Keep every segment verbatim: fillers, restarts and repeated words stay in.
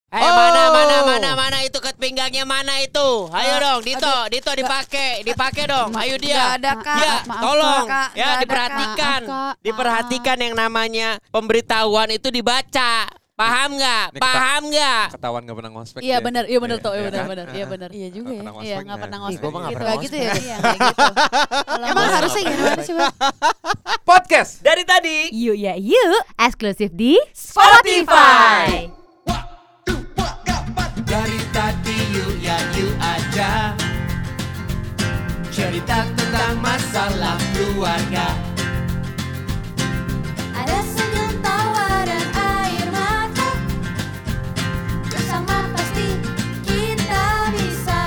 Ayo oh. mana mana mana mana itu ikat pinggangnya mana itu? Ayo uh, dong, Dito, aduh, Dito dipakai, dipakai dong. Ayo dia. Gak ada kak. Ya, maaf, tolong kak. ya Gak diperhatikan, ada, kak. diperhatikan yang namanya pemberitahuan itu dibaca. Paham nggak? Paham nggak? Ketahuan nggak pernah ngospek. Iya benar, iya benar tuh, iya ya, benar, kan? benar, iya benar. Iya juga ya. Iya nggak pernah ngospek Ih, gitu, gak gitu ya? Iya nggak gitu. Emang harusnya gimana sih bang? Podcast dari tadi. Yuk ya yuk, eksklusif di Spotify. Dari tadi yuk ya yuk aja, cerita tentang masalah keluarga. Ada senyum tawa dan air mata, bersama pasti kita bisa.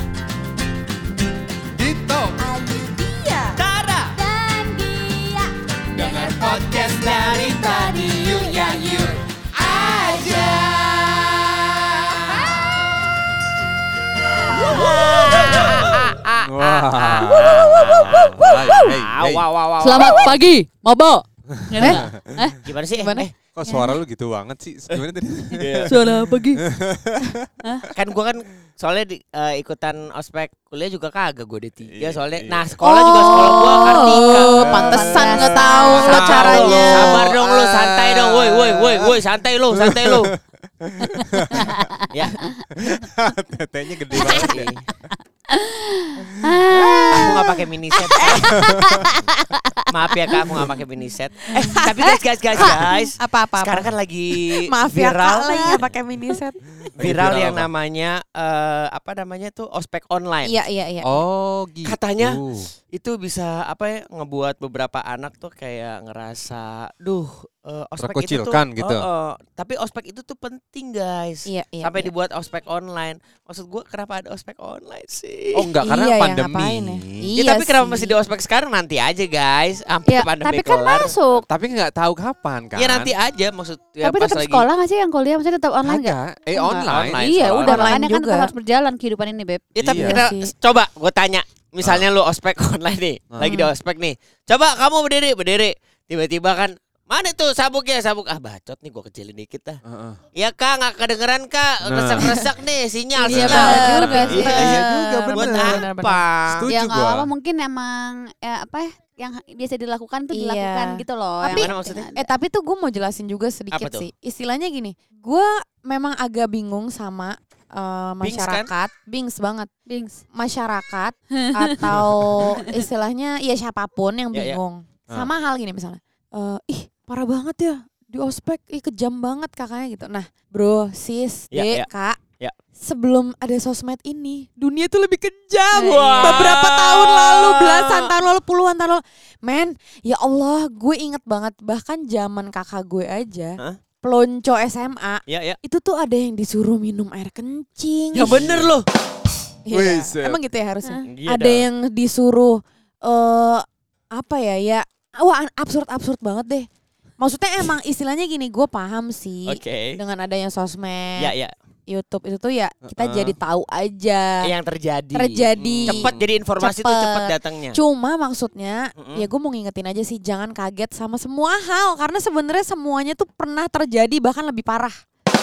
Dito, Ayu dia Tara, dan dia, dengar podcast dari tadi yuk ya yuk aja. Selamat pagi, Mobo. Eh? Gimana sih? Gimana? Eh, kok suara lu gitu banget sih? Gimana tadi? Selamat pagi. kan gue kan soalnya di, uh, ikutan ospek kuliah juga kagak gue D tiga soalnya. Nah Oh, sekolah juga sekolah gue Kartika. Pantesan nggak tahu Sabar nggak caranya. dong, Sabar dong lu, santai dong, woi woi woi woi santai lu, santai lu. Ya, Tetenya gede banget ya. aku nggak pakai mini set. Maaf ya kak, aku nggak pakai mini set. Eh tapi guys guys guys guys. Apa apa? Sekarang kan lagi Maaf ya viral, kak, lagi nggak pakai mini set. viral Viral yang apa? namanya eh, apa namanya tuh ospek online. Iya iya iya. Oh gitu. Katanya itu bisa apa ya ngebuat beberapa anak tuh kayak ngerasa, duh uh, ospek itu tuh, Terkucilkan gitu. oh, oh, tapi ospek itu tuh penting guys. Iya iya. Sampai iya. dibuat ospek online. Maksud gue kenapa ada ospek online sih? Oh enggak, karena Iya, ya, pandemi. ngapain ya? Ya, Iya tapi kenapa sih. masih di ospek sekarang? Nanti aja guys, sampai Ya, pandemi tapi kan kelar. masuk. Tapi nggak tahu kapan kan? Ya nanti aja maksud ya Tapi pas tetap lagi. sekolah nggak sih yang kuliah? Maksudnya tetap online nggak? Agak. Eh Enggak, online. online. Iya sekolah udah online makanya kan juga. tetap harus berjalan kehidupan ini Beb. Ya tapi Iya kita sih. coba gue tanya, misalnya lu ospek online nih, Hmm. lagi di ospek nih. Coba kamu berdiri, berdiri. Tiba-tiba kan, mana tuh sabuknya, sabuk. Ah bacot nih gue kecilin dikit dah. Heeh. Ya kak, nggak kedengeran kak, Nah. resek-resek nih sinyal. Iya sinyal. benar juga juga sih. sih. Iya juga, Buat benar. apa? Setuju Ya nggak gua. apa mungkin emang ya, apa ya yang biasa dilakukan tuh Iya. dilakukan gitu loh. Tapi- yang- Mana maksudnya? Eh tapi tuh gue mau jelasin juga sedikit Apa tuh? sih. Istilahnya gini, gue memang agak bingung sama uh, Bings, kan? masyarakat, bings banget. Bings. Masyarakat atau istilahnya ya siapapun yang Ya, ya. bingung. Ah. Sama hal gini misalnya, eh, ih parah banget ya di ospek, ih kejam banget kakaknya gitu. Nah bro, sis, Ya, dek, ya. kak, Ya. sebelum ada sosmed ini, dunia tuh lebih kejam. Wah. Beberapa tahun lalu, belasan tahun lalu, puluhan tahun lalu. Men, ya Allah, gue inget banget. Bahkan zaman kakak gue aja, Hah? pelonco S M A, Ya ya. itu tuh ada yang disuruh minum air kencing. Ya bener loh. Iya. Wih, set. Emang gitu ya harusnya. Iya ada dong. yang disuruh eh apa ya ya, wah absurd absurd banget deh. Maksudnya emang istilahnya gini, gue paham sih Oke. dengan adanya sosmed, Ya ya. YouTube itu tuh ya kita Uh-uh. jadi tahu aja. Yang terjadi. Terjadi. Cepat jadi informasi tuh Cepet. cepat datangnya. Cuma maksudnya Mm-mm. ya gue mau ngingetin aja sih, jangan kaget sama semua hal karena sebenarnya semuanya tuh pernah terjadi bahkan lebih parah.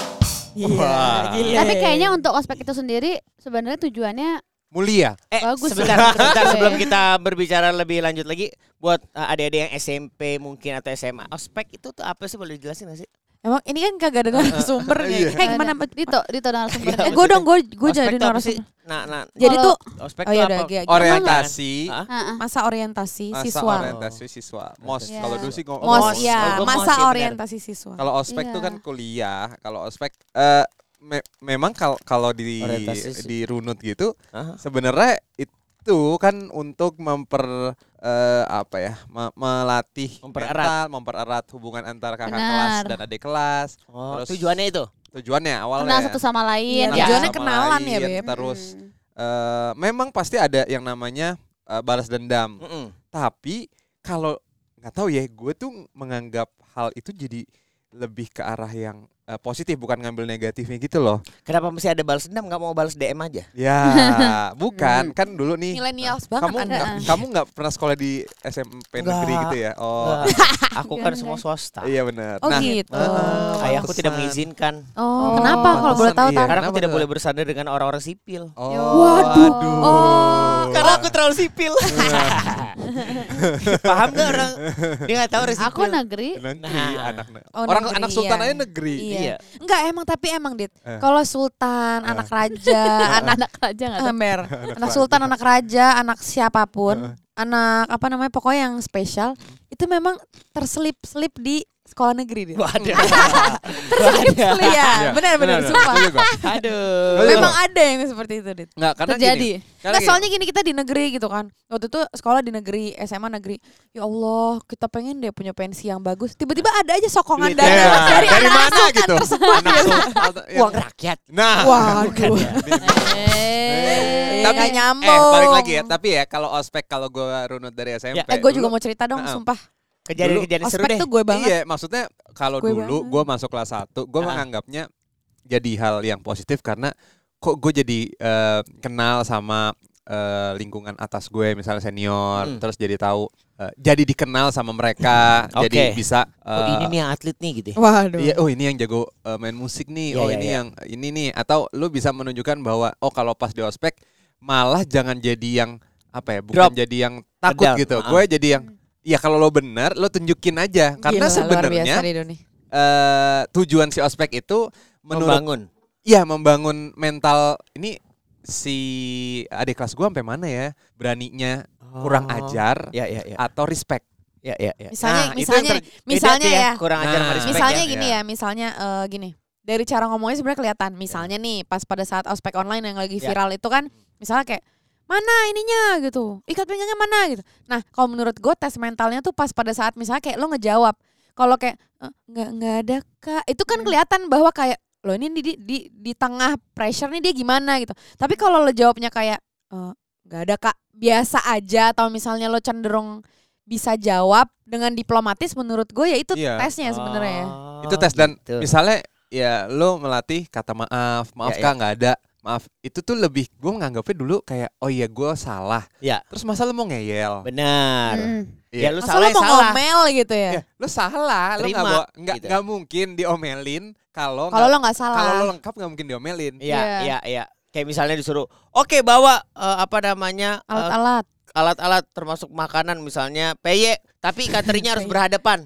Wah. gila. Tapi kayaknya untuk ospek itu sendiri sebenarnya tujuannya Mulia. Eh, Bagus. sebentar, sebentar Oke. sebelum kita berbicara lebih lanjut lagi buat uh, adik-adik yang S M P mungkin atau S M A. Ospek itu tuh apa sih, boleh dijelasin gak sih? Emang ini kan kagak ada narasumbernya. Iya. Kayak gimana? Dito, Dito narasumbernya. Eh gue dong, gue gue Ospek jadi tuh apa sih? narasumber. Nah, nah. Jadi Kalau- tuh Ospek Oh tuh iya apa? udah, gila. Orientasi. Hah? Heeh. masa orientasi Masa siswa. orientasi siswa. Mos. Iya. Kalau dulu sih ngomong Mos, Mos. ya, Oh, gua mos, masa ya, benar. orientasi siswa. Kalau ospek Iya. tuh kan kuliah. Kalau ospek eh me- memang kalau kalau di Orientasi sih. di runut gitu Hah? sebenarnya itu kan untuk memper eh, apa ya me- melatih Mempererat. mental, mempererat hubungan antara kakak Benar. kelas dan adik kelas. Oh, Terus- tujuannya itu. Tujuannya awalnya Kenal satu sama lain. Iya, Ya. tujuannya sama kenalan ya, lain, Beb. Terus Hmm. eh, memang pasti ada yang namanya eh, balas dendam. Mm-mm. Tapi kalau nggak tahu ya, gue tuh menganggap hal itu jadi lebih ke arah yang uh, positif bukan ngambil negatifnya gitu loh. Kenapa mesti ada balas dendam? Gak mau balas D M aja? Ya, bukan kan dulu nih. Millennials banget Kamu Anda. nggak kamu nggak pernah sekolah di S M P negeri Nggak. gitu ya? Oh, Wah, aku kan semua swasta. iya benar. Oh Nah, gitu. uh, Ayahku tidak pantesan. mengizinkan. Oh, kenapa kalau boleh tahu Iya. Tar? Karena aku kenapa tidak tuh? boleh bersandar dengan orang-orang sipil. Oh, Waduh. aduh. Oh, Karena aku terlalu sipil. Paham gak orang? Dia gak tahu resipil. Aku negeri. negeri Nah. anak Oh, orang negeri, anak sultan iya. aja negeri. Iya. Iya. Enggak emang tapi emang Dit. Eh. Kalau sultan, Eh. anak raja, anak Anak raja nggak tahu. Ember, anak sultan, anak raja, anak siapapun, anak apa namanya pokoknya yang spesial itu memang terselip-selip di sekolah negeri Dit. Waduh. Terselip-selip ya, Iya, benar-benar benar, sumpah. setuju gua. Aduh. Memang ada yang seperti itu Dit. Nggak, karena Terjadi. gini. Karena Nah gini. soalnya gini kita di negeri gitu kan. Waktu itu sekolah di negeri, S M A negeri. Ya Allah, kita pengen deh punya pensi yang bagus. Tiba-tiba ada aja sokongan Duit dari Ya, dari, dari anak mana sultan gitu? tersebut. Anak sultan. yang- Uang rakyat. Nah, Waduh. Eh. Nggak tapi nyambung. eh balik lagi ya. Tapi ya kalau ospek kalau gue runut dari S M P. Ya, Eh gue juga dulu- mau cerita dong, Nah, sumpah. Kejadian-kejadian seru Ospek deh. tuh gue banget. Iya, maksudnya kalau Gue dulu banget. gue masuk kelas satu, gue Ah. menganggapnya jadi hal yang positif karena kok gue jadi eh, kenal sama eh, lingkungan atas gue, misalnya senior, Hmm. terus jadi tahu, eh, jadi dikenal sama mereka, Oke. jadi bisa. Oh, eh, ini nih yang atlet nih gitu ya. Waduh. Iya, oh ini yang jago eh, main musik nih, Iya, oh iya, ini iya. yang ini nih, atau lu bisa menunjukkan bahwa oh kalau pas di ospek malah jangan jadi yang apa ya, bukan Drop. jadi yang takut Down. gitu, Ah. gue jadi yang ya kalau lo benar lo tunjukin aja, karena Gila, luar sebenarnya biasa nih Doni. eh, tujuan si ospek itu menurut Membangun. ya membangun mental ini si adik kelas gue sampai mana ya beraninya kurang Oh. ajar Ya, ya, ya. atau respect. Ya, ya, ya. Misalnya, Nah, itu yang misalnya, ter- beda misalnya tuh ya. kurang ajar sama Nah. respect Misalnya ya. gini ya. ya, misalnya eh, gini. Dari cara ngomongnya sebenarnya kelihatan. Misalnya nih, pas pada saat ospek online yang lagi Ya. viral itu kan, misalnya kayak mana ininya gitu, ikat pinggangnya mana gitu. Nah, kalau menurut gue tes mentalnya tuh pas pada saat misalnya kayak lo ngejawab, kalau kayak "Eh, nggak nggak ada kak, itu kan kelihatan bahwa kayak lo ini di, di di di tengah pressure nih dia gimana gitu. Tapi kalau lo jawabnya kayak "Eh, nggak ada kak, biasa aja," atau misalnya lo cenderung bisa jawab dengan diplomatis, menurut gue ya itu Iya. tesnya sebenarnya. Oh, Itu tes dan gitu. misalnya ya lo melatih kata maaf, maaf Ya, kak nggak ada, maaf itu tuh lebih gue menganggapnya dulu kayak oh iya gue salah. Ya. Terus masa lo mau ngeyel? Benar. Mm. Ya lu Masa salah lo ya mau salah. ngomel gitu ya? Ya, lo salah, lo nggak Terima, bawa- nggak gitu. nggak mungkin diomelin kalau Kalau nggak- lo nggak salah. kalau lo lengkap nggak mungkin diomelin. Iya, Iya. iya, iya. Kayak misalnya disuruh, "Oke, bawa eh, apa namanya? eh, alat-alat. alat-alat termasuk makanan misalnya P Y, tapi katerinya harus berhadapan."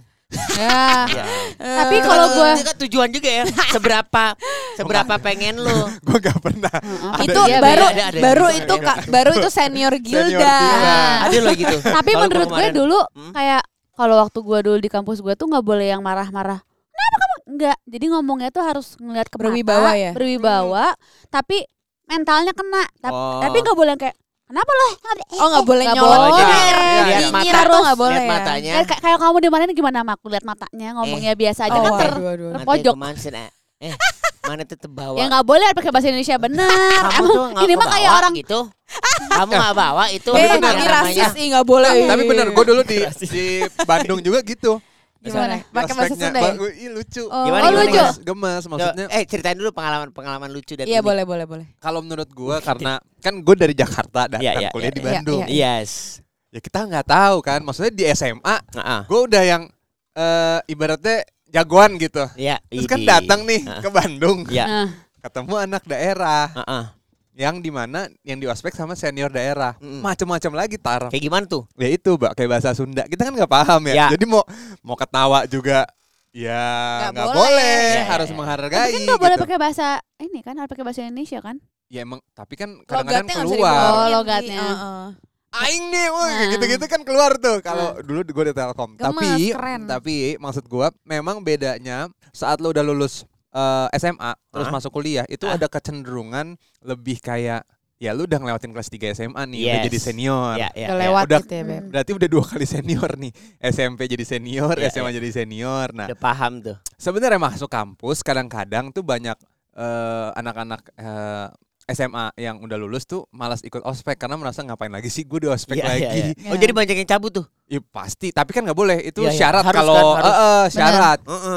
Ya. Ya. Tapi kalau Eh, gua- itu kan tujuan juga ya. Seberapa seberapa pengen lu. Gue nggak pernah. Heeh. itu Iya, baru beda, ada, baru ada. itu Kak, baru itu senior gilda. gilda. Ada lo gitu. Tapi Kalau menurut gua gue kemarin- dulu Hmm? kayak kalau waktu gue dulu di kampus gue tuh nggak boleh yang marah-marah. Kenapa kamu? Enggak. Jadi ngomongnya tuh harus ngeliat ke mata, Berwibawa ya? berwibawa, tapi mentalnya kena. Tap- Oh. Tapi nggak boleh yang kayak kenapa lo? Oh nggak boleh Nggak nyolot. boleh. Nyinyir. Lihat Nyinyir mata tuh terus, nggak boleh lihat ya. matanya. Ya, kayak kayak kamu dimarahin gimana mak? Lihat matanya, ngomongnya biasa aja Oh, kan ter waduh, waduh. Nanti pojok. aku mansin, eh. Eh, mana tuh terbawa. Ya nggak boleh pakai bahasa Indonesia bener. Kamu Emang tuh nggak ini mah kebawa kayak orang gitu. Kamu nggak bawa itu Eh, yang tapi namanya. rasis ih nggak boleh. Tapi bener, gue dulu di di Bandung juga gitu. Gimana? Pakai bahasa Aspeknya, Sunda ya? ba- ih, lucu. Oh, Gimana, oh, gimana, lucu. Gemes, gemes maksudnya. Eh, ceritain dulu pengalaman-pengalaman lucu dan Iya unik. boleh boleh boleh. Kalau menurut gue karena kan gue dari Jakarta dan Iya, iya, kuliah iya, di iya, Bandung. iya. Yes. Ya kita nggak tahu kan. Maksudnya di S M A Heeh. gue udah yang eh, ibaratnya jagoan gitu. Iya, Terus kan idi. datang nih Heeh. ke Bandung, Iya. Nah, ketemu anak daerah Heeh. yang dimana yang di ospek sama senior daerah, Mm. macem-macem lagi tar. Kayak gimana tuh? Ya itu mbak kayak bahasa Sunda kita kan nggak paham ya. Ya. Jadi mau mau ketawa juga ya Nggak nggak boleh. boleh, Ya, ya, harus ya. menghargai. tapi kan nggak boleh gitu. pakai bahasa ini kan, harus pakai bahasa Indonesia kan? Ya emang tapi kan kadang-kadang Logatnya nggak bisa keluar. dibohongin. Oh, logatnya. Heeh. Aing nih, woi, Nah. gitu-gitu kan keluar tuh. Kalau dulu gue di Telkom. Gemes, tapi keren. tapi maksud gue memang bedanya saat lo udah lulus eh, S M A terus Hah? masuk kuliah itu Hah? ada kecenderungan lebih kayak ya lu udah ngelewatin kelas tiga S M A nih, udah Yes. jadi senior. Iya, iya. Udah iya. lewat Udah- gitu ya Beb. Berarti udah dua kali senior nih. S M P jadi senior, Iya, S M A iya. jadi senior. Nah, Udah paham tuh. sebenarnya masuk kampus kadang-kadang tuh banyak eh, anak-anak eh, S M A yang udah lulus tuh malas ikut ospek karena merasa ngapain lagi sih gue di ospek Iya, lagi. iya, iya. Oh, Ya. jadi banyak yang cabut tuh. Ya pasti, tapi kan nggak boleh. Itu Iya, iya. syarat Harus kalau kan, harus. eh, eh, syarat. Heeh.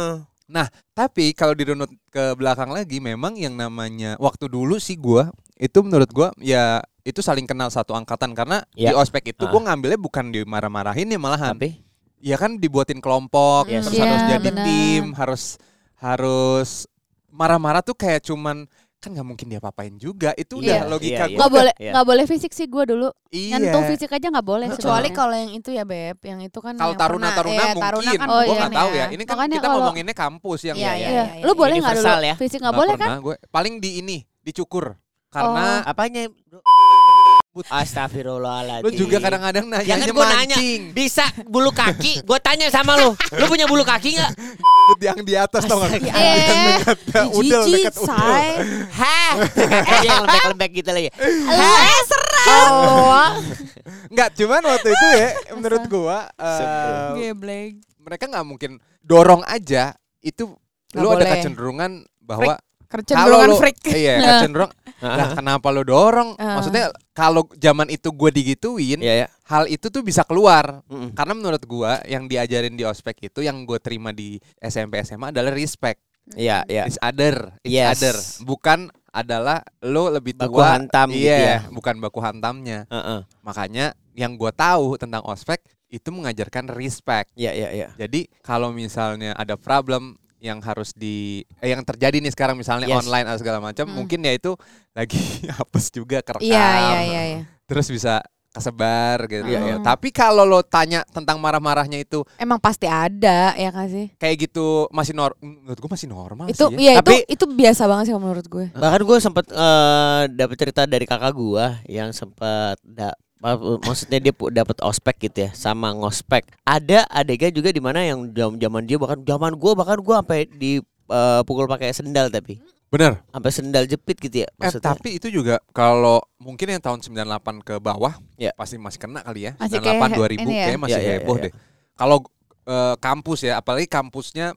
Nah, tapi kalau dirunut ke belakang lagi, memang yang namanya waktu dulu sih gua itu menurut gua ya itu saling kenal satu angkatan karena Ya. di ospek itu Ah. gua ngambilnya bukan dimarah-marahin ya malahan. Tapi Ya kan dibuatin kelompok, Yes. terus Iya, harus jadi benar. tim, harus harus marah-marah tuh kayak cuman kan nggak mungkin dia apain juga. Itu udah Iya. logika Iya, iya. gua. Nggak boleh, Iya. nggak boleh fisik sih gue dulu. Iya. Nyentuh fisik aja nggak boleh. Kecuali sebenarnya. kalau yang itu ya Beb, yang itu kan Kalau yang pernah- taruna-taruna eh, mungkin, taruna kan Oh, gua iya. nggak tahu ya. Ini kan Makanya kita kalau- ngomonginnya kampus yang Iya, ya. iya, Iya. iya. Lu boleh nggak dulu Universal ya? fisik nggak boleh kan? pernah gue. Paling di ini dicukur karena apanya? Astagfirullahaladzim. lu juga kadang-kadang nanya Jangan gua nanya. mancing. Bisa bulu kaki, gue tanya sama lu. Lu punya bulu kaki nggak? Yang di atas tau gak? Eh, Dekat udel, jijik, dekat udel. say. Hah? Kakinya yang lembek-lembek gitu lagi. Eh, serem. Enggak, cuman waktu itu ya menurut gua eh, Geblek. mereka nggak mungkin dorong aja itu Nggak lu ada boleh. kecenderungan bahwa Kecenderungan lu- freak. iya kecenderung lah kenapa lu dorong Ah. maksudnya kalau zaman itu gue digituin Iya ya. hal itu tuh bisa keluar Mm-mm. karena menurut gua yang diajarin di ospek itu yang gue terima di S M P S M A adalah respect Iya iya. is other is Yes. other bukan adalah lo lebih tua Baku hantam gitu iya ya. bukan baku hantamnya Heeh. makanya yang gue tahu tentang ospek itu mengajarkan respect. Iya iya iya. Jadi kalau misalnya ada problem yang harus di eh, yang terjadi nih sekarang misalnya Yes. online atau segala macam, Hmm. mungkin ya itu lagi hapus juga kerekam. Iya, iya, iya, iya. Terus bisa kesebar gitu. Iya, iya. Tapi kalau lo tanya tentang marah-marahnya itu Emang pasti ada ya kan sih? kayak gitu masih nor menurut gue masih normal Itu sih. Ya. iya Tapi- itu itu biasa banget sih kalau menurut gue. Bahkan gue sempet eh, dapet cerita dari kakak gue yang sempet da- ma- maksudnya dia pu- dapet ospek gitu ya sama ngospek. Ada adegan juga di mana yang jam zaman dia bahkan zaman gue bahkan gue sampai dipukul pakai sendal tapi Bener. sampai sendal jepit gitu ya Eh, maksudnya. tapi itu juga kalau mungkin yang tahun sembilan puluh delapan ke bawah Ya. pasti masih kena kali ya. Masih sembilan puluh delapan kayak dua ribu ini ya. kayaknya masih Ya, ya, heboh ya, ya. deh. Kalau eh, kampus ya, apalagi kampusnya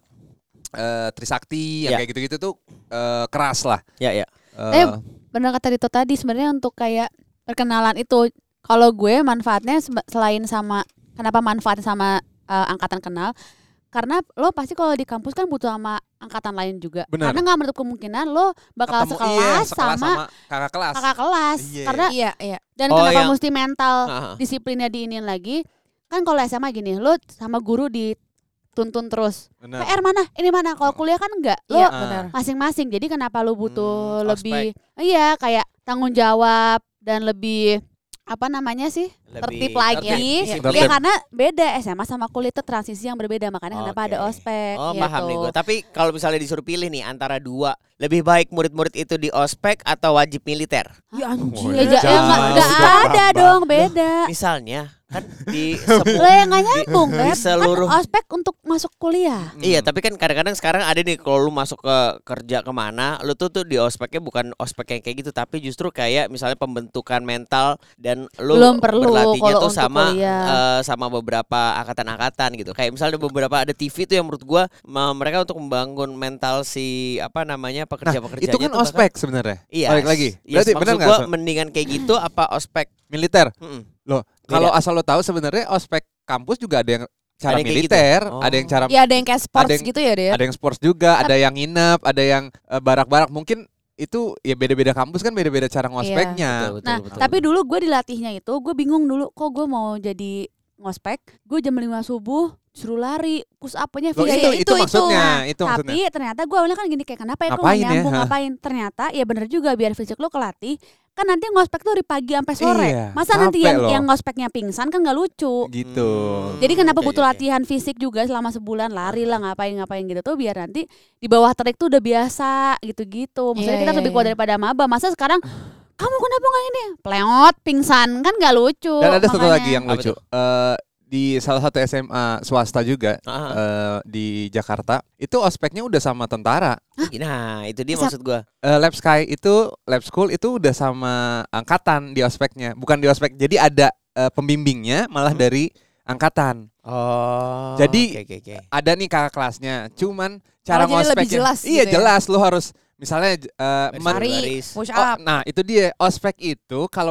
eh, Trisakti yang Ya. kayak gitu-gitu tuh eh, keras lah. Ya ya. Eh, Eh, Benar kata Dito tadi sebenarnya untuk kayak perkenalan itu kalau gue manfaatnya seba- selain sama kenapa manfaatnya sama eh, angkatan kenal karena lo pasti kalau di kampus kan butuh sama angkatan lain juga. Benar. Karena nggak menutup kemungkinan lo bakal ketemu- sekelas, iya, sekelas sama, kakak kelas. kakak kelas. Iya. Karena Iya, iya. dan Oh, kenapa yang- mesti mental Ah, disiplinnya diinin lagi? Kan kalau S M A gini, lo sama guru dituntun terus. Bener. P R mana? Ini mana? Kalau kuliah kan enggak. Lo Iya, Ah. benar. masing-masing. Jadi kenapa lu butuh Hmm, lebih iya kayak tanggung jawab dan lebih apa namanya sih? Lebih tertib lagi. tertib, Ya, disiplin. karena beda S M A sama kuliah itu transisi yang berbeda makanya kenapa Oke. ada ospek Oh gitu. paham nih gue. Tapi kalau misalnya disuruh pilih nih antara dua, lebih baik murid-murid itu di ospek atau wajib militer? Ya Oh, Ya, iya. ja- ya nggak nggak Jauh. ada dong, beda. Misalnya kan di Lo semua yang nggak nyambung, di Beb. seluruh- Kan ospek untuk masuk kuliah. Iya, tapi kan kadang-kadang sekarang ada nih kalau lu masuk ke kerja kemana, lu tuh tuh di ospeknya bukan ospek yang kayak gitu, tapi justru kayak misalnya pembentukan mental dan lu Belum perlu berlatihnya kalau tuh untuk sama kuliah. eh, sama beberapa angkatan-angkatan gitu. Kayak misalnya beberapa ada T V tuh yang menurut gua ma- mereka untuk membangun mental si apa namanya Nah, pekerja-pekerjanya itu kan tuh bahkan- ospek sebenarnya. Iya. Balik lagi. Yes, Berarti maksud benar gua nggak? So? mendingan kayak gitu apa ospek? Militer. Mm-mm. Loh, Beda. kalau asal lo tahu sebenarnya ospek kampus juga ada yang cara Ada yang kayak gitu? militer, Oh. ada yang cara Ya ada yang kayak sports Ada yang- gitu ya deh. ada yang sports juga, ada yang nginep, ada yang eh, barak-barak. Mungkin itu ya beda-beda kampus kan beda-beda cara ngospeknya. Betul, betul, Nah, betul, tapi betul. dulu gue dilatihnya itu, gue bingung dulu kok gue mau jadi ngospek. Gue jam lima subuh suruh lari, push up-nya Loh, via itu, itu maksudnya, itu maksudnya. Tapi ternyata gue awalnya kan gini kayak kenapa ya kok Ngapain nggak ya, nyambung ha? ngapain? Ternyata ya bener juga biar fisik lo kelatih. Kan nanti ngospek tuh dari pagi sampai sore. Iya, Masa nanti capek yang loh. yang ngospeknya pingsan kan nggak lucu. Gitu. Hmm. Jadi kenapa Oke, butuh oke. latihan fisik juga selama sebulan lari lah ngapain-ngapain gitu tuh biar nanti di bawah terik tuh udah biasa gitu-gitu. Maksudnya Iya, kita iya, lebih kuat iya. daripada maba. Masa sekarang kamu kenapa nggak ini? Pleot, pingsan kan nggak lucu. Dan ada satu makanya. lagi yang Apa lucu. tuh? Eh, di salah satu S M A swasta juga Ah, eh, di Jakarta, itu ospeknya udah sama tentara. Nah, itu dia Bisa- maksud gua. Eh, Lab Sky itu, Lab School itu udah sama angkatan di ospeknya, bukan di ospek. Jadi ada eh, pembimbingnya malah Hmm. dari angkatan. Oh. Jadi, oke, oke, oke. Ada nih kakak kelasnya, cuman cara Oh, jadi lebih ngospeknya. jelas Iya gitu ya? jelas, lu harus misalnya eh, Baris men- baris. Lari, push Oh, up. nah itu dia ospek itu kalau di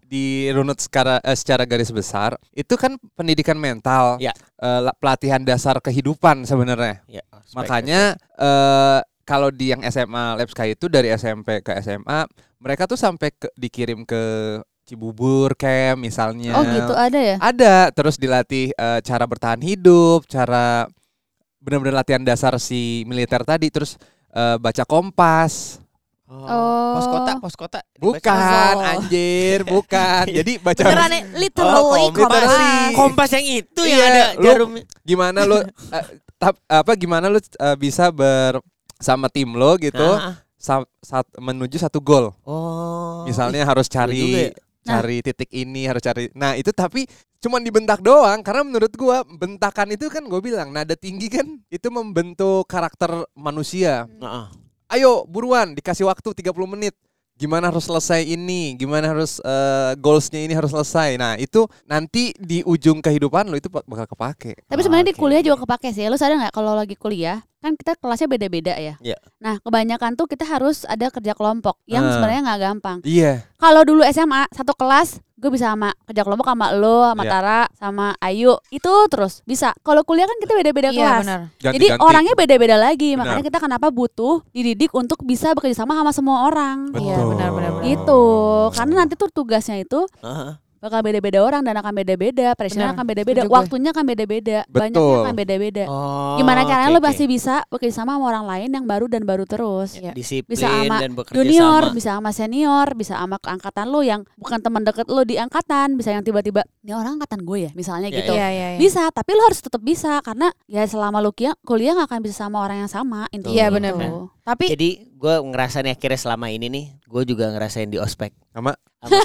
dirunut secara eh, secara garis besar, itu kan pendidikan mental, Ya. eh, la- pelatihan dasar kehidupan sebenarnya. Ya, ospek, Makanya eh, kalau di yang S M A Lab Sky itu dari S M P ke S M A, mereka tuh sampai ke, dikirim ke Cibubur camp misalnya. Oh gitu ada ya? Ada, terus dilatih eh, cara bertahan hidup, cara benar-benar latihan dasar si militer tadi, terus eh, baca Kompas. Oh. Oh. Pos kota, pos kota. Bukan, Puzzle. anjir, bukan. Jadi baca Beneran ya, literally Oh, kompas. kompas. Kompas yang itu yang Iya, ada lu- jarum. gimana lu eh, tap- apa gimana lu eh, bisa bersama tim lo gitu Nah. sa- sat- menuju satu gol. Oh. Misalnya harus juga cari ya. cari titik ini, harus cari. Nah, itu tapi cuman dibentak doang karena menurut gua bentakan itu kan gue bilang nada tinggi kan itu membentuk karakter manusia. Heeh. Ayo buruan dikasih waktu tiga puluh menit. Gimana harus selesai ini, gimana harus eh, goalsnya ini harus selesai. Nah, itu nanti di ujung kehidupan lo itu bak- bakal kepake. Tapi sebenarnya di Oke. kuliah juga kepake sih. Lu sadar nggak kalau lagi kuliah kan kita kelasnya beda-beda ya. Iya. Nah kebanyakan tuh kita harus ada kerja kelompok yang Ah. sebenarnya nggak gampang. Iya. Kalau dulu S M A satu kelas gue bisa sama kerja kelompok sama lo, sama Iya. Tara, sama Ayu itu terus bisa. Kalau kuliah kan kita beda-beda Iya kelas. benar. Jadi Ganti-ganti. orangnya beda-beda lagi. Benar. Makanya kita kenapa butuh dididik untuk bisa bekerja sama sama semua orang. Betul. Iya, benar, benar, benar. Gitu. Karena nanti tuh tugasnya itu Heeh. bakal beda-beda orang dan akan beda-beda, pressure Benar, akan beda-beda, setuju gue. waktunya akan beda-beda, Betul. banyaknya akan beda-beda. Oh, Gimana caranya oke, lo oke. pasti bisa bekerja sama sama orang lain yang baru dan baru terus. Iya. Disiplin Bisa sama dan bekerja Junior, sama. bisa sama senior, bisa sama angkatan lo yang bukan teman deket lo di angkatan, bisa yang tiba-tiba ini orang angkatan gue ya, misalnya Iya, gitu. Iya, iya, iya. Bisa, tapi lo harus tetap bisa karena ya selama lo kuliah, kuliah gak akan bisa sama orang yang sama intinya. Iya, gitu. benar-benar. Tapi Jadi gue ngerasain akhirnya selama ini nih, gue juga ngerasain di ospek. Sama. Sama-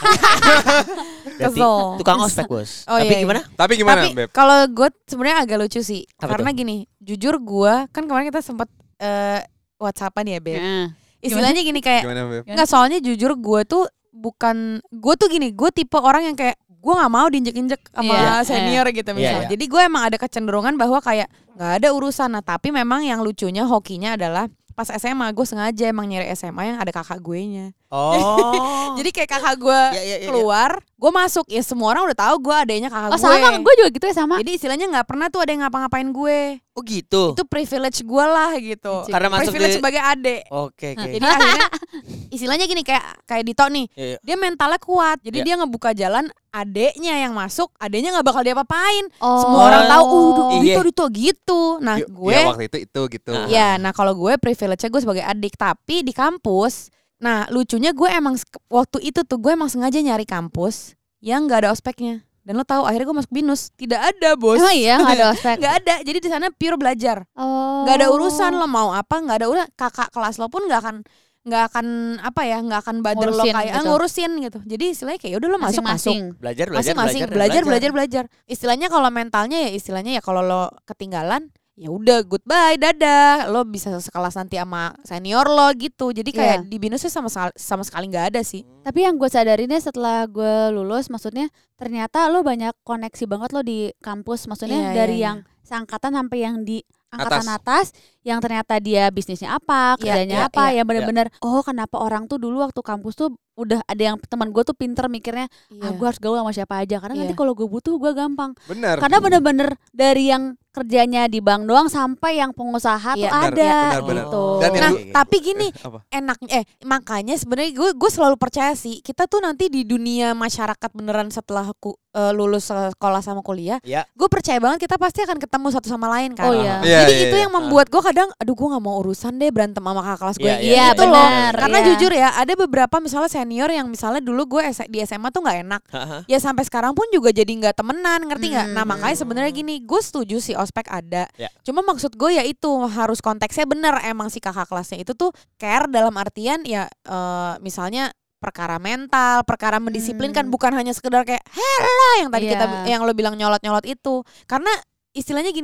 Berarti Kesel. tukang ospek bos. Oh, Tapi iya, iya. gimana? Tapi gimana, Tapi Beb? kalau gue sebenarnya agak lucu sih. Apa Karena gini, jujur gue kan kemarin kita sempat eh, WhatsAppan ya, Beb. Nah, Istilahnya gini kayak Gimana, Beb? enggak, soalnya jujur gue tuh bukan, gue tuh gini, gue tipe orang yang kayak gue nggak mau diinjek-injek sama Iya. senior gitu misalnya. Iya, iya. Jadi gue emang ada kecenderungan bahwa kayak nggak ada urusan. Nah tapi memang yang lucunya hokinya adalah pas S M A gue sengaja emang nyari S M A yang ada kakak gue nya. Oh. Jadi kayak kakak gue Ya, ya, ya, ya. keluar, gue masuk, ya semua orang udah tahu gue adanya kakak oh gue. sama, gue juga gitu ya sama. Jadi istilahnya nggak pernah tuh ada yang ngapa-ngapain gue. Oh gitu. Itu privilege gue lah gitu. Karena masuk privilege di- sebagai adik. Oke oke. Jadi akhirnya istilahnya gini kayak kayak Dito nih. Iya, iya. Dia mentalnya kuat. Jadi Iya. dia ngebuka jalan adeknya yang masuk, adeknya nggak bakal diapa-apain. Oh. Semua orang tahu, uh Iya. Dito Dito gitu. Nah, Yuk, gue ya waktu itu itu gitu. Nah. ya, nah kalau gue privilege-nya gue sebagai adik, tapi di kampus, nah lucunya gue emang sk- waktu itu tuh gue emang sengaja nyari kampus yang nggak ada ospeknya. Dan lo tahu akhirnya gue masuk BINUS, tidak ada bos. Emang iya nggak ada ospek. Nggak ada, jadi di sana pure belajar. Oh. Nggak ada urusan lo mau apa, nggak ada urusan. Kakak kelas lo pun nggak akan nggak akan apa ya, nggak akan bader lo Ngurusin kayak ah, gitu. ngurusin gitu. Jadi istilahnya kayak udah lo masuk masuk. Masing-masing. Belajar belajar Masing-masing belajar belajar belajar. Istilahnya kalau mentalnya ya istilahnya ya kalau lo ketinggalan ya udah goodbye dadah, lo bisa sekelas nanti sama senior lo gitu. Jadi kayak Iya. di BINUS tuh sama sekali, sama sekali nggak ada sih. Tapi yang gue sadarinnya setelah gue lulus, maksudnya ternyata lo banyak koneksi banget lo di kampus. Maksudnya Iya, dari iya, yang seangkatan sampai yang di angkatan Atas. atas, yang ternyata dia bisnisnya apa, Iya, kerjanya iya, apa, iya. yang bener-bener oh kenapa orang tuh dulu waktu kampus tuh udah ada yang teman gue tuh pinter mikirnya ah gue harus gaul sama siapa aja karena nanti Iya. kalau gue butuh gue gampang. Benar. Karena bener-bener dari yang kerjanya di bank doang sampai yang pengusaha Iya, tuh benar, ada benar, benar. gitu. Dan yang Nah, lu- tapi gini, Eh, apa? enaknya eh makanya sebenarnya gue gue selalu percaya sih kita tuh nanti di dunia masyarakat beneran setelah aku eh, lulus sekolah sama kuliah, Ya. gue percaya banget kita pasti akan ketemu satu sama lain kan. Oh iya. Iya, Jadi iya, itu iya. yang membuat gue kadang, aduh gue nggak mau urusan deh berantem sama kakak kelas gue. Iya, Gitu iya, loh. benar, Karena iya. jujur ya, ada beberapa misalnya senior yang misalnya dulu gue S- di S M A tuh nggak enak. Haha. Ya sampai sekarang pun juga jadi nggak temenan, ngerti nggak? Hmm. Nah makanya sebenarnya gini, gue setuju sih ospek ada. Ya. Cuma maksud gue ya itu harus konteksnya bener. Emang si kakak kelasnya itu tuh care dalam artian ya eh, misalnya perkara mental, perkara mendisiplinkan, Hmm. bukan hanya sekedar kayak hela yang tadi Iya. kita yang lo bilang nyolot-nyolot itu. Karena istilahnya gini ya,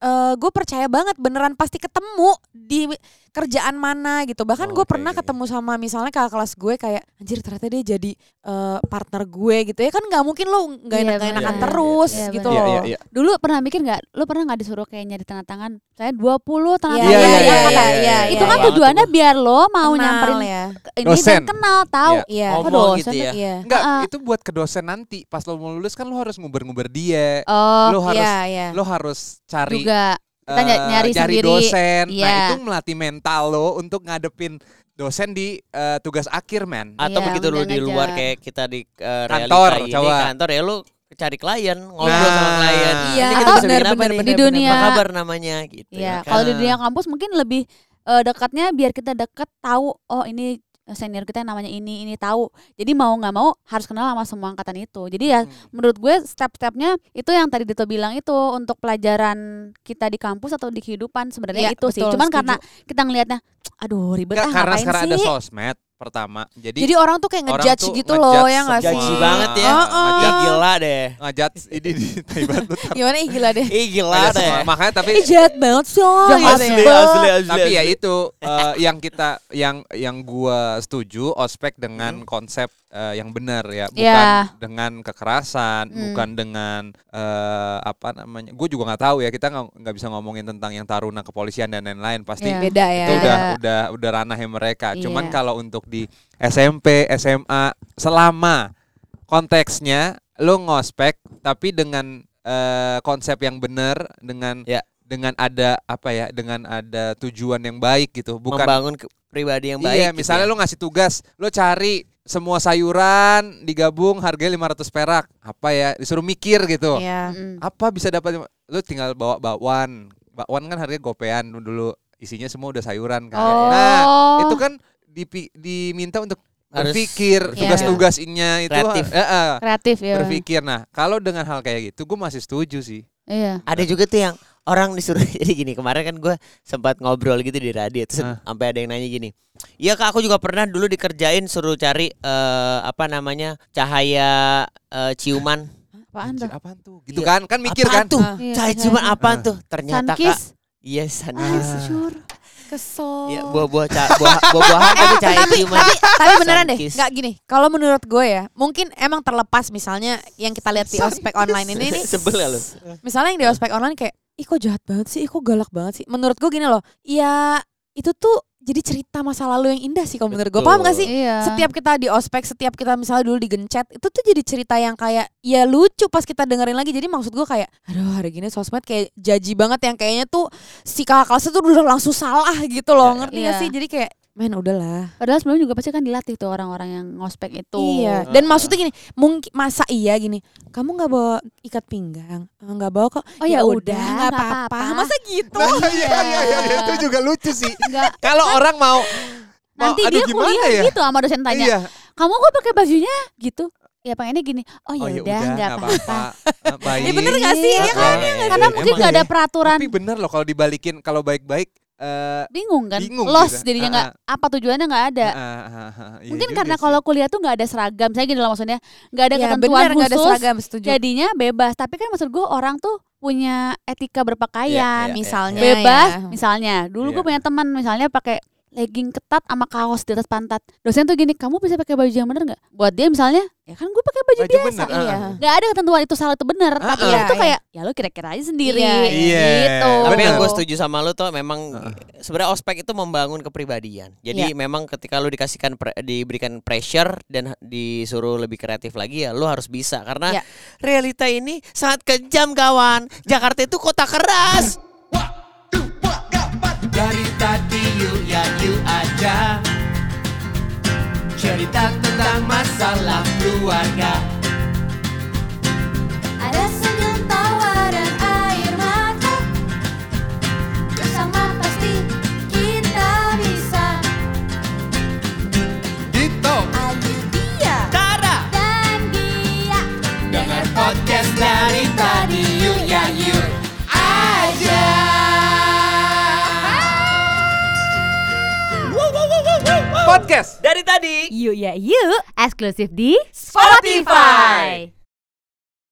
uh, gue percaya banget beneran pasti ketemu di kerjaan mana gitu. Bahkan Oh, gue oke, pernah oke. ketemu sama misalnya kakak kelas gue kayak anjir ternyata dia jadi uh, partner gue gitu ya kan nggak mungkin lo nggak Iya, enak enakan bener. terus Iya, gitu Iya, loh. iya, iya. Dulu pernah mikir nggak? Lu pernah nggak disuruh kayak nyari tanda tangan? Saya dua puluh tanda Iya, tangan. iya, Iya, iya, kan? iya, iya, Itu iya, kan iya. tujuannya biar lo mau Kenal nyamperin ya. ke ini Dosen. dan kenal tahu. Iya. Oh, Ngomong dosen gitu tuh. ya. Iya. Enggak, Ah, ah. itu buat ke dosen nanti. Pas lo mau lulus kan lo harus nguber-nguber dia. Oh, lo harus Iya, iya. lo harus cari juga kita eh, ny- nyari sendiri. dosen. Nah, Iya. itu melatih mental lo untuk ngadepin dosen di eh, tugas akhir, men. Atau Iya, begitu lu udah di luar ngejar. kayak kita di uh, Kantor, realita ini, coba. kantor ya lu cari klien, ngobrol Nah. sama klien. Iya, Ini kita atau bisa bikin benar, apa benar, nih? benar, Di dunia- apa kabar namanya gitu. Iya, ya kan? kalau di dunia kampus mungkin lebih eh, dekatnya biar kita dekat tahu oh ini senior kita yang namanya ini ini tahu. Jadi mau nggak mau harus kenal sama semua angkatan itu. Jadi ya Hmm. menurut gue step-stepnya itu yang tadi Dito bilang itu untuk pelajaran kita di kampus atau di kehidupan sebenarnya Iya, itu sih. betul, Cuman setuju. karena kita ngelihatnya aduh ribet Enggak, ah karena ngapain sekarang sih? ada sosmed pertama. Jadi, Jadi orang tuh kayak Orang ngejudge tuh gitu ngejudge loh ya nggak sih? Gaji banget ya. Oh, oh. Ih, gila deh. ngajat ini di Taibat tuh. Gimana ih gila deh. Ih gila Ada deh. semua. Makanya tapi Ih jahat banget sih oh, Asli, gitu asli, ya. asli, asli. tapi ya itu eh, yang kita yang yang gua setuju ospek dengan konsep eh, yang benar ya, bukan Iya. dengan kekerasan, Hmm. bukan dengan eh, apa namanya. Gue juga nggak tahu ya, kita nggak nggak bisa ngomongin tentang yang taruna kepolisian dan lain-lain, pasti Iya. Beda ya. itu udah Beda. udah udah ranahnya mereka. Cuman Iya. kalau untuk di S M P, S M A selama konteksnya lo ngospek tapi dengan eh, konsep yang benar, dengan Ya. dengan ada apa ya, dengan ada tujuan yang baik gitu, bukan Membangun ke- pribadi yang baik. iya gitu misalnya ya. lo ngasih tugas, lo cari semua sayuran digabung harganya lima ratus perak, apa ya, disuruh mikir gitu. Iya. Mm. Apa bisa dapat, lo tinggal bawa bakwan. Bakwan kan harganya gopean dulu, isinya semua udah sayuran kan. Oh. Nah, itu kan dipi- diminta untuk Harus berpikir, berpikir. tugas-tugasnya itu Kreatif. eh, eh, Kreatif ya. berpikir. Nah, kalau dengan hal kayak gitu gue masih setuju sih. Iya. Ada juga tuh yang orang disuruh jadi gini. Kemarin kan gue sempat ngobrol gitu di radio terus Ah. sampai ada yang nanya gini. Iya kak, aku juga pernah dulu dikerjain suruh cari eh, apa namanya cahaya eh, ciuman. Apaan tuh? Anjir, apaan tuh? Gitu Iya. kan? Kan mikir Apaan kan? tuh? Ah. Iya, Cahaya cahaya ciuman ciuman. apaan tuh? Ternyata kak. Sunkiss. Iya sunkiss. Hancur. Kesel. Iya buah-buah ca- buah buah-buahan tapi cahaya tapi, ciuman. tapi tapi beneran deh Sunkiss. nggak gini kalau menurut gue ya mungkin emang terlepas misalnya yang kita lihat di ospek online ini nih Sebel ya lu. misalnya yang di ospek online kayak ih kok jahat banget sih ih kok galak banget sih menurut gue gini loh ya itu tuh jadi cerita masa lalu yang indah sih kalau menurut gue Betul. paham gak sih Iya. setiap kita di ospek setiap kita misalnya dulu digencet itu tuh jadi cerita yang kayak ya lucu pas kita dengerin lagi jadi maksud gue kayak aduh hari gini sosmed kayak jaji banget yang kayaknya tuh si kakak kelasnya tuh udah langsung salah gitu loh Ya, ya. ngerti Iya. gak sih jadi kayak men udahlah. Padahal sebelumnya juga pasti kan dilatih tuh orang-orang yang ngospek itu. Iya. Dan maksudnya gini, mungkin masa iya gini, kamu nggak bawa ikat pinggang, nggak bawa kok. Oh ya udah, nggak nggak apa-apa. apa-apa. Masa gitu? Nah, iya, iya, iya, iya, itu juga lucu sih. Enggak. Kalau orang mau, mau Nanti aduh dia gimana kuliah ya? gitu sama dosen tanya. Iya. Kamu kok pakai bajunya gitu? Ya pengennya gini. Oh ya Oh ya udah, nggak apa-apa. Eh, Baik. Ya bener nggak sih? Iya, Ya kan? Karena Emang mungkin nggak ya. ada peraturan. Tapi bener loh kalau dibalikin, kalau baik-baik eh Bingung kan? bingung Lost gitu. jadinya Ah, nggak apa tujuannya nggak ada. ah, ah, ah, ah, iya Mungkin juga karena sih. kalau kuliah tuh nggak ada seragam. Saya gini loh maksudnya, nggak ada Ya ketentuan bener nggak ada khusus. seragam setuju. Jadinya bebas. Tapi kan maksud gue orang tuh punya etika berpakaian. Iya, iya, misalnya Bebas. ya. Misalnya, dulu gue Iya. punya teman misalnya pakai legging ketat sama kaos di atas pantat. Dosen tuh gini, kamu bisa pakai baju yang bener nggak? Buat dia misalnya, ya kan gue pakai baju, Baju biasa. bener, ah, Iya. ah. Nggak ada ketentuan itu salah itu bener. Ah, Tapi ah. itu Iya, kayak, ya lo kira-kira aja sendiri. Iya, iya. Gitu. Tapi Bener. yang gue setuju sama lu tuh memang Heeh. sebenarnya ospek itu membangun kepribadian. Jadi memang ketika lu dikasihkan pre- diberikan pressure dan disuruh lebih kreatif lagi ya lu harus bisa karena Ya. realita ini sangat kejam kawan. Jakarta itu kota keras. Dari tadi you ya you aja cerita tentang masalah keluarga. Ada senyum tawa dan air mata. Bersama pasti kita bisa. Dito. Ayu dia Tara dan dia. dengar podcast dari tadi you ya you aja. Podcast. Dari tadi Yuk ya yuk, eksklusif di Spotify.